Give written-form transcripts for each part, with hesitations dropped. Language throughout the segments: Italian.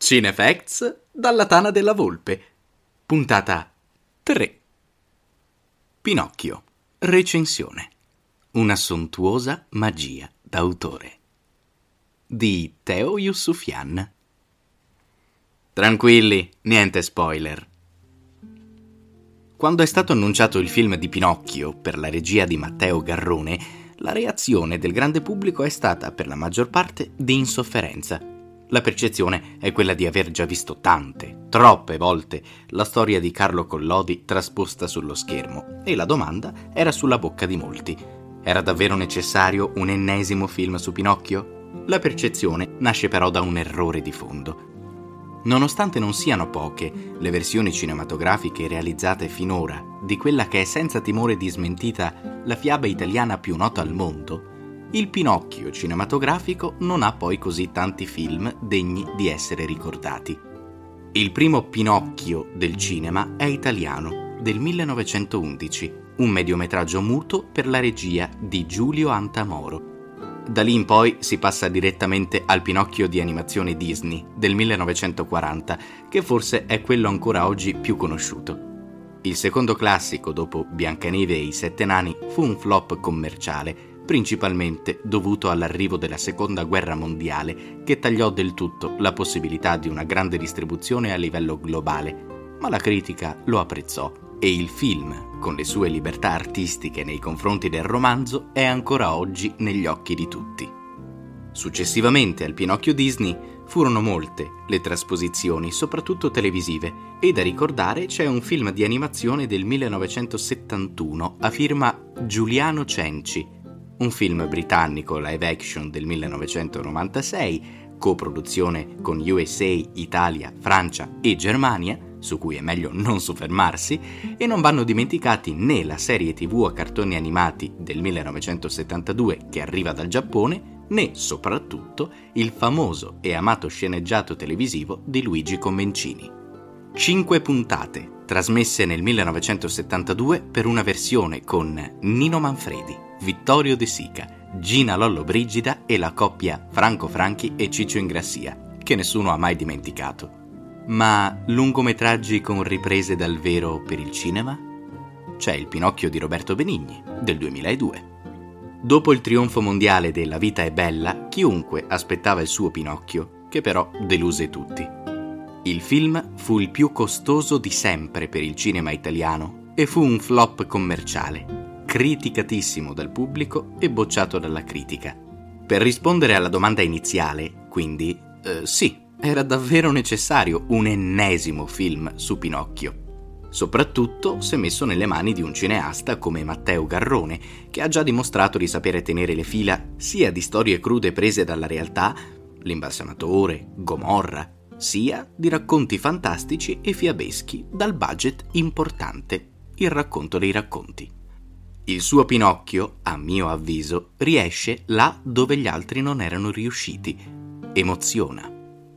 Cinefacts dalla Tana della Volpe, puntata 3. Pinocchio, recensione. Una sontuosa magia d'autore di Teo Yusufian. Tranquilli, niente spoiler. Quando è stato annunciato il film di Pinocchio per la regia di Matteo Garrone, la reazione del grande pubblico è stata per la maggior parte di insofferenza. La percezione è quella di aver già visto troppe volte la storia di Carlo Collodi trasposta sullo schermo, e la domanda era sulla bocca di molti. Era davvero necessario un ennesimo film su Pinocchio? La percezione nasce però da un errore di fondo. Nonostante non siano poche le versioni cinematografiche realizzate finora di quella che è senza timore di smentita la fiaba italiana più nota al mondo, il Pinocchio cinematografico non ha poi così tanti film degni di essere ricordati. Il primo Pinocchio del cinema è italiano, del 1911, un mediometraggio muto per la regia di Giulio Antamoro. Da lì in poi si passa direttamente al Pinocchio di animazione Disney del 1940, che forse è quello ancora oggi più conosciuto. Il secondo classico, dopo Biancaneve e i Sette Nani, fu un flop commerciale, principalmente dovuto all'arrivo della Seconda Guerra Mondiale, che tagliò del tutto la possibilità di una grande distribuzione a livello globale, ma la critica lo apprezzò e il film, con le sue libertà artistiche nei confronti del romanzo, è ancora oggi negli occhi di tutti. Successivamente al Pinocchio Disney furono molte le trasposizioni, soprattutto televisive, e da ricordare c'è un film di animazione del 1971 a firma Giuliano Cenci, un film britannico live action del 1996, coproduzione con USA, Italia, Francia e Germania, su cui è meglio non soffermarsi, e non vanno dimenticati né la serie TV a cartoni animati del 1972 che arriva dal Giappone, né soprattutto il famoso e amato sceneggiato televisivo di Luigi Comencini. 5 puntate, trasmesse nel 1972 per una versione con Nino Manfredi, Vittorio De Sica, Gina Lollobrigida e la coppia Franco Franchi e Ciccio Ingrassia, che nessuno ha mai dimenticato. Ma lungometraggi con riprese dal vero per il cinema? C'è il Pinocchio di Roberto Benigni, del 2002. Dopo il trionfo mondiale de La vita è bella, chiunque aspettava il suo Pinocchio, che però deluse tutti. Il film fu il più costoso di sempre per il cinema italiano e fu un flop commerciale, criticatissimo dal pubblico e bocciato dalla critica. Per rispondere alla domanda iniziale, quindi, sì, era davvero necessario un ennesimo film su Pinocchio, soprattutto se messo nelle mani di un cineasta come Matteo Garrone, che ha già dimostrato di sapere tenere le fila sia di storie crude prese dalla realtà, L'imbalsamatore, Gomorra, sia di racconti fantastici e fiabeschi dal budget importante, Il racconto dei racconti. Il suo Pinocchio, a mio avviso, riesce là dove gli altri non erano riusciti. Emoziona.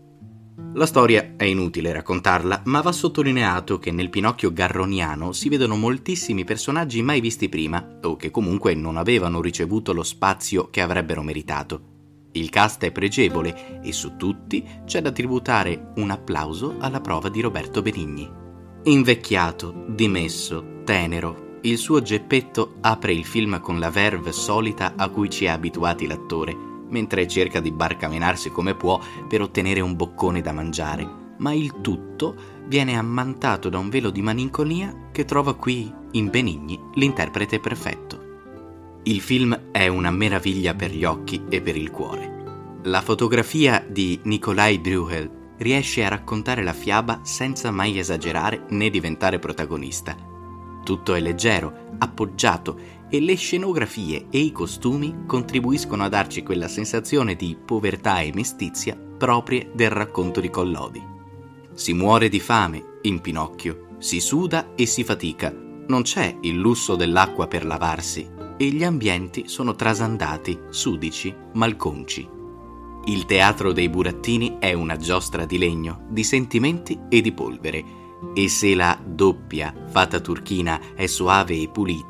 La storia è inutile raccontarla, ma va sottolineato che nel Pinocchio garroniano si vedono moltissimi personaggi mai visti prima, o che comunque non avevano ricevuto lo spazio che avrebbero meritato. Il cast è pregevole e su tutti c'è da tributare un applauso alla prova di Roberto Benigni. Invecchiato, dimesso, tenero, il suo Geppetto apre il film con la verve solita a cui ci ha abituati l'attore, mentre cerca di barcamenarsi come può per ottenere un boccone da mangiare, ma il tutto viene ammantato da un velo di malinconia che trova qui, in Benigni, l'interprete perfetto. Il film è una meraviglia per gli occhi e per il cuore. La fotografia di Nikolaj Bruegel riesce a raccontare la fiaba senza mai esagerare né diventare protagonista. Tutto è leggero, appoggiato, e le scenografie e i costumi contribuiscono a darci quella sensazione di povertà e mestizia proprie del racconto di Collodi. Si muore di fame in Pinocchio, si suda e si fatica, non c'è il lusso dell'acqua per lavarsi e gli ambienti sono trasandati, sudici, malconci. Il teatro dei burattini è una giostra di legno, di sentimenti e di polvere, e se la doppia fata turchina è soave e pulita,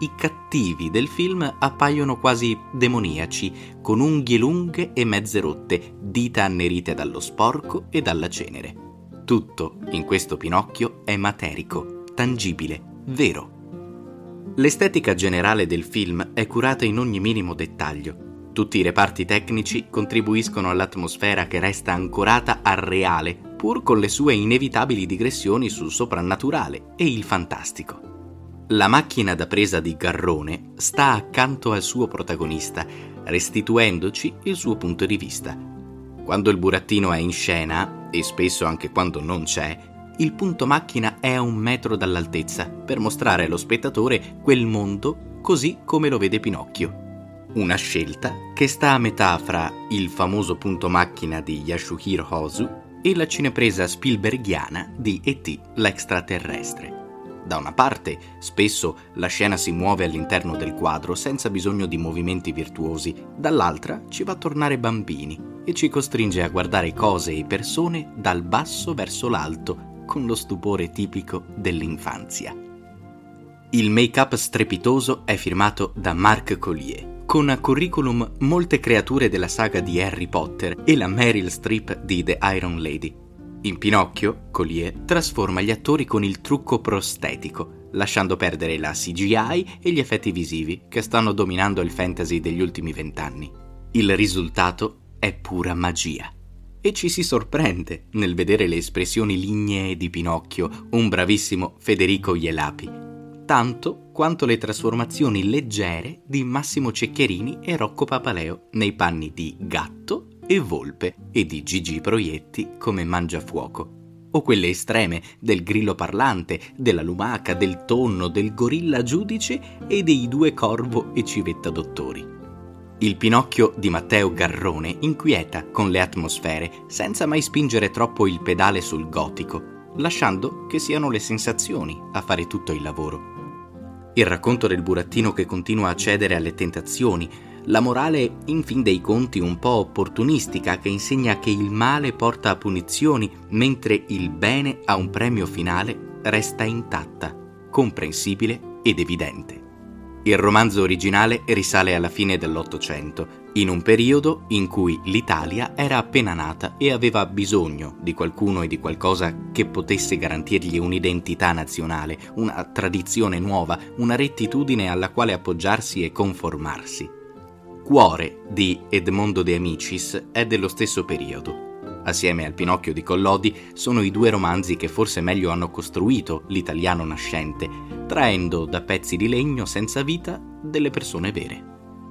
i cattivi del film appaiono quasi demoniaci, con unghie lunghe e mezze rotte, dita annerite dallo sporco e dalla cenere. Tutto in questo Pinocchio è materico, tangibile, vero. L'estetica generale del film è curata in ogni minimo dettaglio. Tutti i reparti tecnici contribuiscono all'atmosfera che resta ancorata al reale, pur con le sue inevitabili digressioni sul soprannaturale e il fantastico. La macchina da presa di Garrone sta accanto al suo protagonista, restituendoci il suo punto di vista. Quando il burattino è in scena, e spesso anche quando non c'è, il punto macchina è a 1 metro dall'altezza per mostrare allo spettatore quel mondo così come lo vede Pinocchio. Una scelta che sta a metà fra il famoso punto macchina di Yasuhiro Ozu e la cinepresa spielbergiana di E.T. l'extraterrestre. Da una parte, spesso la scena si muove all'interno del quadro senza bisogno di movimenti virtuosi, dall'altra ci va a tornare bambini e ci costringe a guardare cose e persone dal basso verso l'alto, con lo stupore tipico dell'infanzia. Il make-up strepitoso è firmato da Marc Collier, con a curriculum molte creature della saga di Harry Potter e la Meryl Streep di The Iron Lady. In Pinocchio, Collier trasforma gli attori con il trucco prostetico, lasciando perdere la CGI e gli effetti visivi che stanno dominando il fantasy degli ultimi 20 anni. Il risultato è pura magia. E ci si sorprende nel vedere le espressioni lignee di Pinocchio, un bravissimo Federico Ielapi, tanto quanto le trasformazioni leggere di Massimo Ceccherini e Rocco Papaleo nei panni di Gatto e Volpe e di Gigi Proietti come Mangiafuoco, o quelle estreme del grillo parlante, della lumaca, del tonno, del gorilla giudice e dei 2 Corvo e Civetta Dottori. Il Pinocchio di Matteo Garrone inquieta con le atmosfere senza mai spingere troppo il pedale sul gotico, lasciando che siano le sensazioni a fare tutto il lavoro. Il racconto del burattino che continua a cedere alle tentazioni, la morale in fin dei conti un po' opportunistica che insegna che il male porta a punizioni mentre il bene ha un premio finale resta intatta, comprensibile ed evidente. Il romanzo originale risale alla fine dell'Ottocento, in un periodo in cui l'Italia era appena nata e aveva bisogno di qualcuno e di qualcosa che potesse garantirgli un'identità nazionale, una tradizione nuova, una rettitudine alla quale appoggiarsi e conformarsi. Cuore di Edmondo De Amicis è dello stesso periodo. Assieme al Pinocchio di Collodi sono i 2 romanzi che forse meglio hanno costruito l'italiano nascente, traendo da pezzi di legno senza vita delle persone vere.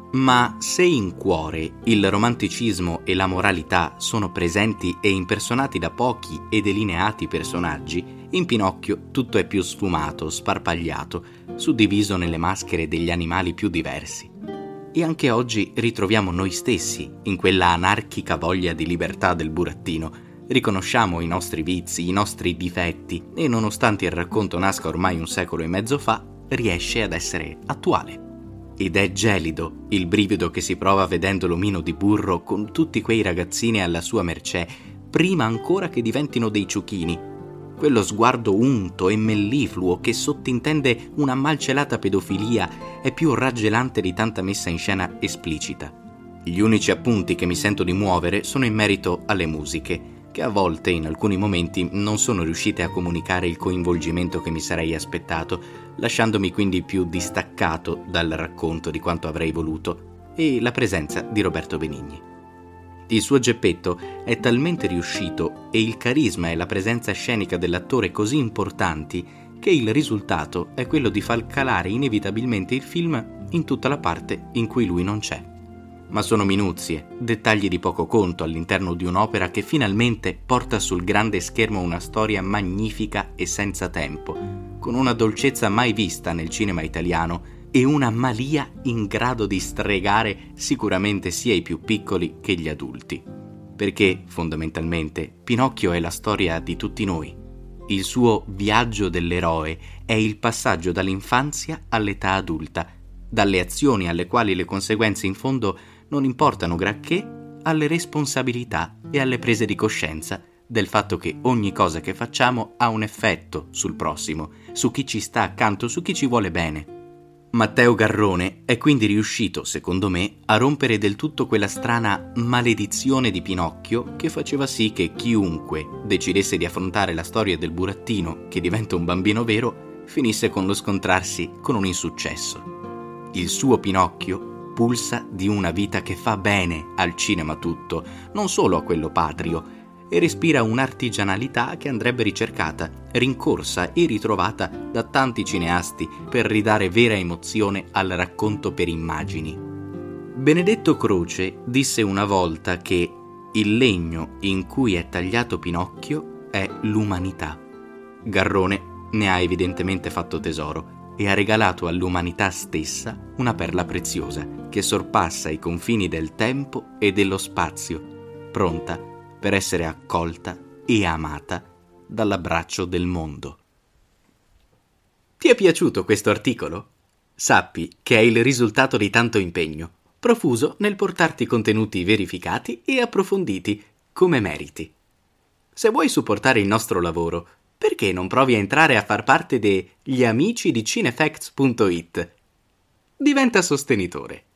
Ma se in Cuore il romanticismo e la moralità sono presenti e impersonati da pochi e delineati personaggi, in Pinocchio tutto è più sfumato, sparpagliato, suddiviso nelle maschere degli animali più diversi. E anche oggi ritroviamo noi stessi in quella anarchica voglia di libertà del burattino. Riconosciamo i nostri vizi, i nostri difetti e nonostante il racconto nasca ormai 1 secolo e mezzo fa, riesce ad essere attuale. Ed è gelido il brivido che si prova vedendo l'omino di burro con tutti quei ragazzini alla sua mercé, prima ancora che diventino dei ciuchini. Quello sguardo unto e mellifluo che sottintende una malcelata pedofilia è più raggelante di tanta messa in scena esplicita. Gli unici appunti che mi sento di muovere sono in merito alle musiche, che a volte, in alcuni momenti, non sono riuscite a comunicare il coinvolgimento che mi sarei aspettato, lasciandomi quindi più distaccato dal racconto di quanto avrei voluto, e la presenza di Roberto Benigni. Il suo Geppetto è talmente riuscito e il carisma e la presenza scenica dell'attore così importanti che il risultato è quello di far calare inevitabilmente il film in tutta la parte in cui lui non c'è. Ma sono minuzie, dettagli di poco conto all'interno di un'opera che finalmente porta sul grande schermo una storia magnifica e senza tempo, con una dolcezza mai vista nel cinema italiano e una malia in grado di stregare sicuramente sia i più piccoli che gli adulti. Perché, fondamentalmente, Pinocchio è la storia di tutti noi. Il suo viaggio dell'eroe è il passaggio dall'infanzia all'età adulta, dalle azioni alle quali le conseguenze in fondo non importano granché, alle responsabilità e alle prese di coscienza del fatto che ogni cosa che facciamo ha un effetto sul prossimo, su chi ci sta accanto, su chi ci vuole bene. Matteo Garrone è quindi riuscito, secondo me, a rompere del tutto quella strana maledizione di Pinocchio che faceva sì che chiunque decidesse di affrontare la storia del burattino che diventa un bambino vero finisse con lo scontrarsi con un insuccesso. Il suo Pinocchio pulsa di una vita che fa bene al cinema tutto, non solo a quello patrio, e respira un'artigianalità che andrebbe ricercata, rincorsa e ritrovata da tanti cineasti per ridare vera emozione al racconto per immagini. Benedetto Croce disse una volta che il legno in cui è tagliato Pinocchio è l'umanità. Garrone ne ha evidentemente fatto tesoro e ha regalato all'umanità stessa una perla preziosa che sorpassa i confini del tempo e dello spazio, pronta per essere accolta e amata dall'abbraccio del mondo. Ti è piaciuto questo articolo? Sappi che è il risultato di tanto impegno, profuso nel portarti contenuti verificati e approfonditi, come meriti. Se vuoi supportare il nostro lavoro, perché non provi a entrare a far parte degli amici di Cinefacts.it? Diventa sostenitore.